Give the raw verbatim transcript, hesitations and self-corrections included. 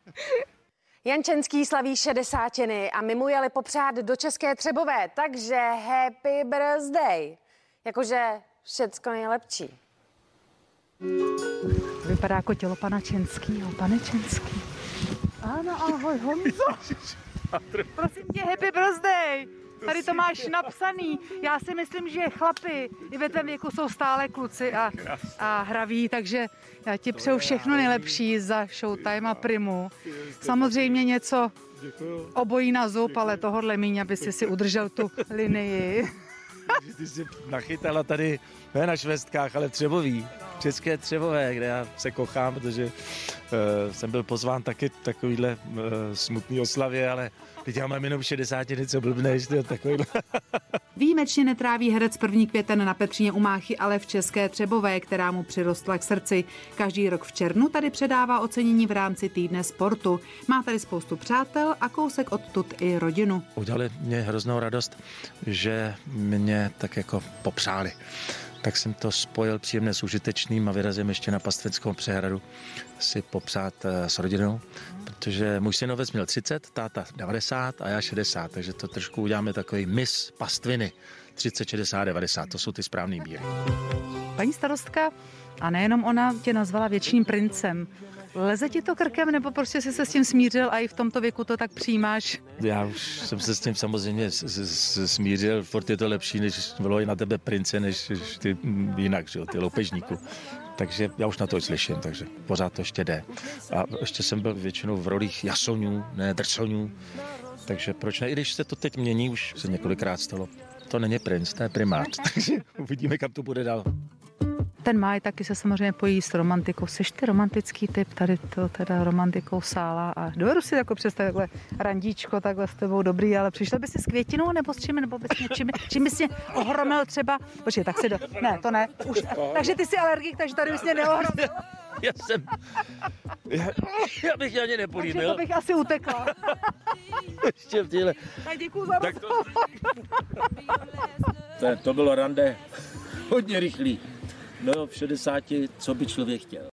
Jan Čenský slaví šedesátiny a my mu jeli popřát do České Třebové, takže happy birthday. Jakože všecko nejlepší. Vypadá jako tělo pana Čenskýho. Pane Čenský. Ano, ahoj, Honzo. Prosím tě, happy birthday. Tady to máš napsaný. Já si myslím, že chlapi i ve tvém věku jsou stále kluci a, a hraví, takže já ti přeju všechno nejlepší za Showtime a Primu. Samozřejmě něco obojí na zub, ale tohodle míň, aby si si udržel tu linii. Ty jsi nachytala tady, ne na švestkách, ale Třebový, České Třebové, kde já se kochám, protože uh, jsem byl pozván taky takovýhle uh, smutný oslavě, ale teď já mám jenom šedesátiny, co blbneš, to takovýhle. Výjimečně netráví herec první květen na Petříně u Máchy, ale v České Třebové, která mu přirostla k srdci. Každý rok v červnu tady předává ocenění v rámci týdne sportu. Má tady spoustu přátel a kousek odtud i rodinu. Udělali mě hroznou radost, že mě tak jako popřáli. Tak jsem to spojil příjemně s užitečným a vyrazím ještě na Pastvickou přehradu si popřát s rodinou, protože můj synovec měl třicet, táta devadesát a já šedesát, takže to trošku uděláme takový mis pastviny. třicet, šedesát, devadesát, to jsou ty správný míry. Paní starostka, a nejenom ona, tě nazvala věčným princem. Leze ti to krkem, nebo prostě jsi se s tím smířil a i v tomto věku to tak přijímáš? Já už jsem se s tím samozřejmě s, s, smířil, furt je to lepší, než bylo i na tebe prince, než ty jinak, že jo, ty loupežníku. Takže já už na to slyším, takže pořád to ještě jde. A ještě jsem byl většinou v rolích jasonů, ne drsoňů, takže proč ne, i když se to teď mění, už se několikrát stalo. To není princ, to je primář, takže uvidíme, kam to bude dál. Ten máj taky se samozřejmě pojí s romantikou. Seš ty romantický typ, tady to teda romantikou sála a dovedu si jako představit takhle randíčko, takhle s tebou dobrý, ale přišel bys si s květinou nebo s čím, nebo bys mě, čím, čím bys mě ohromil třeba, počkej, tak si do, ne, to ne, už, takže ty jsi alergik, takže tady bys mě neohromil. Já jsem, já, já bych tě ani nepolíbil. Takže to bych asi utekla. Ještě v téhle. Tak děkuju za rozhovor. To, to bylo rande hodně rychlý. No v šedesáti, co by člověk chtěl.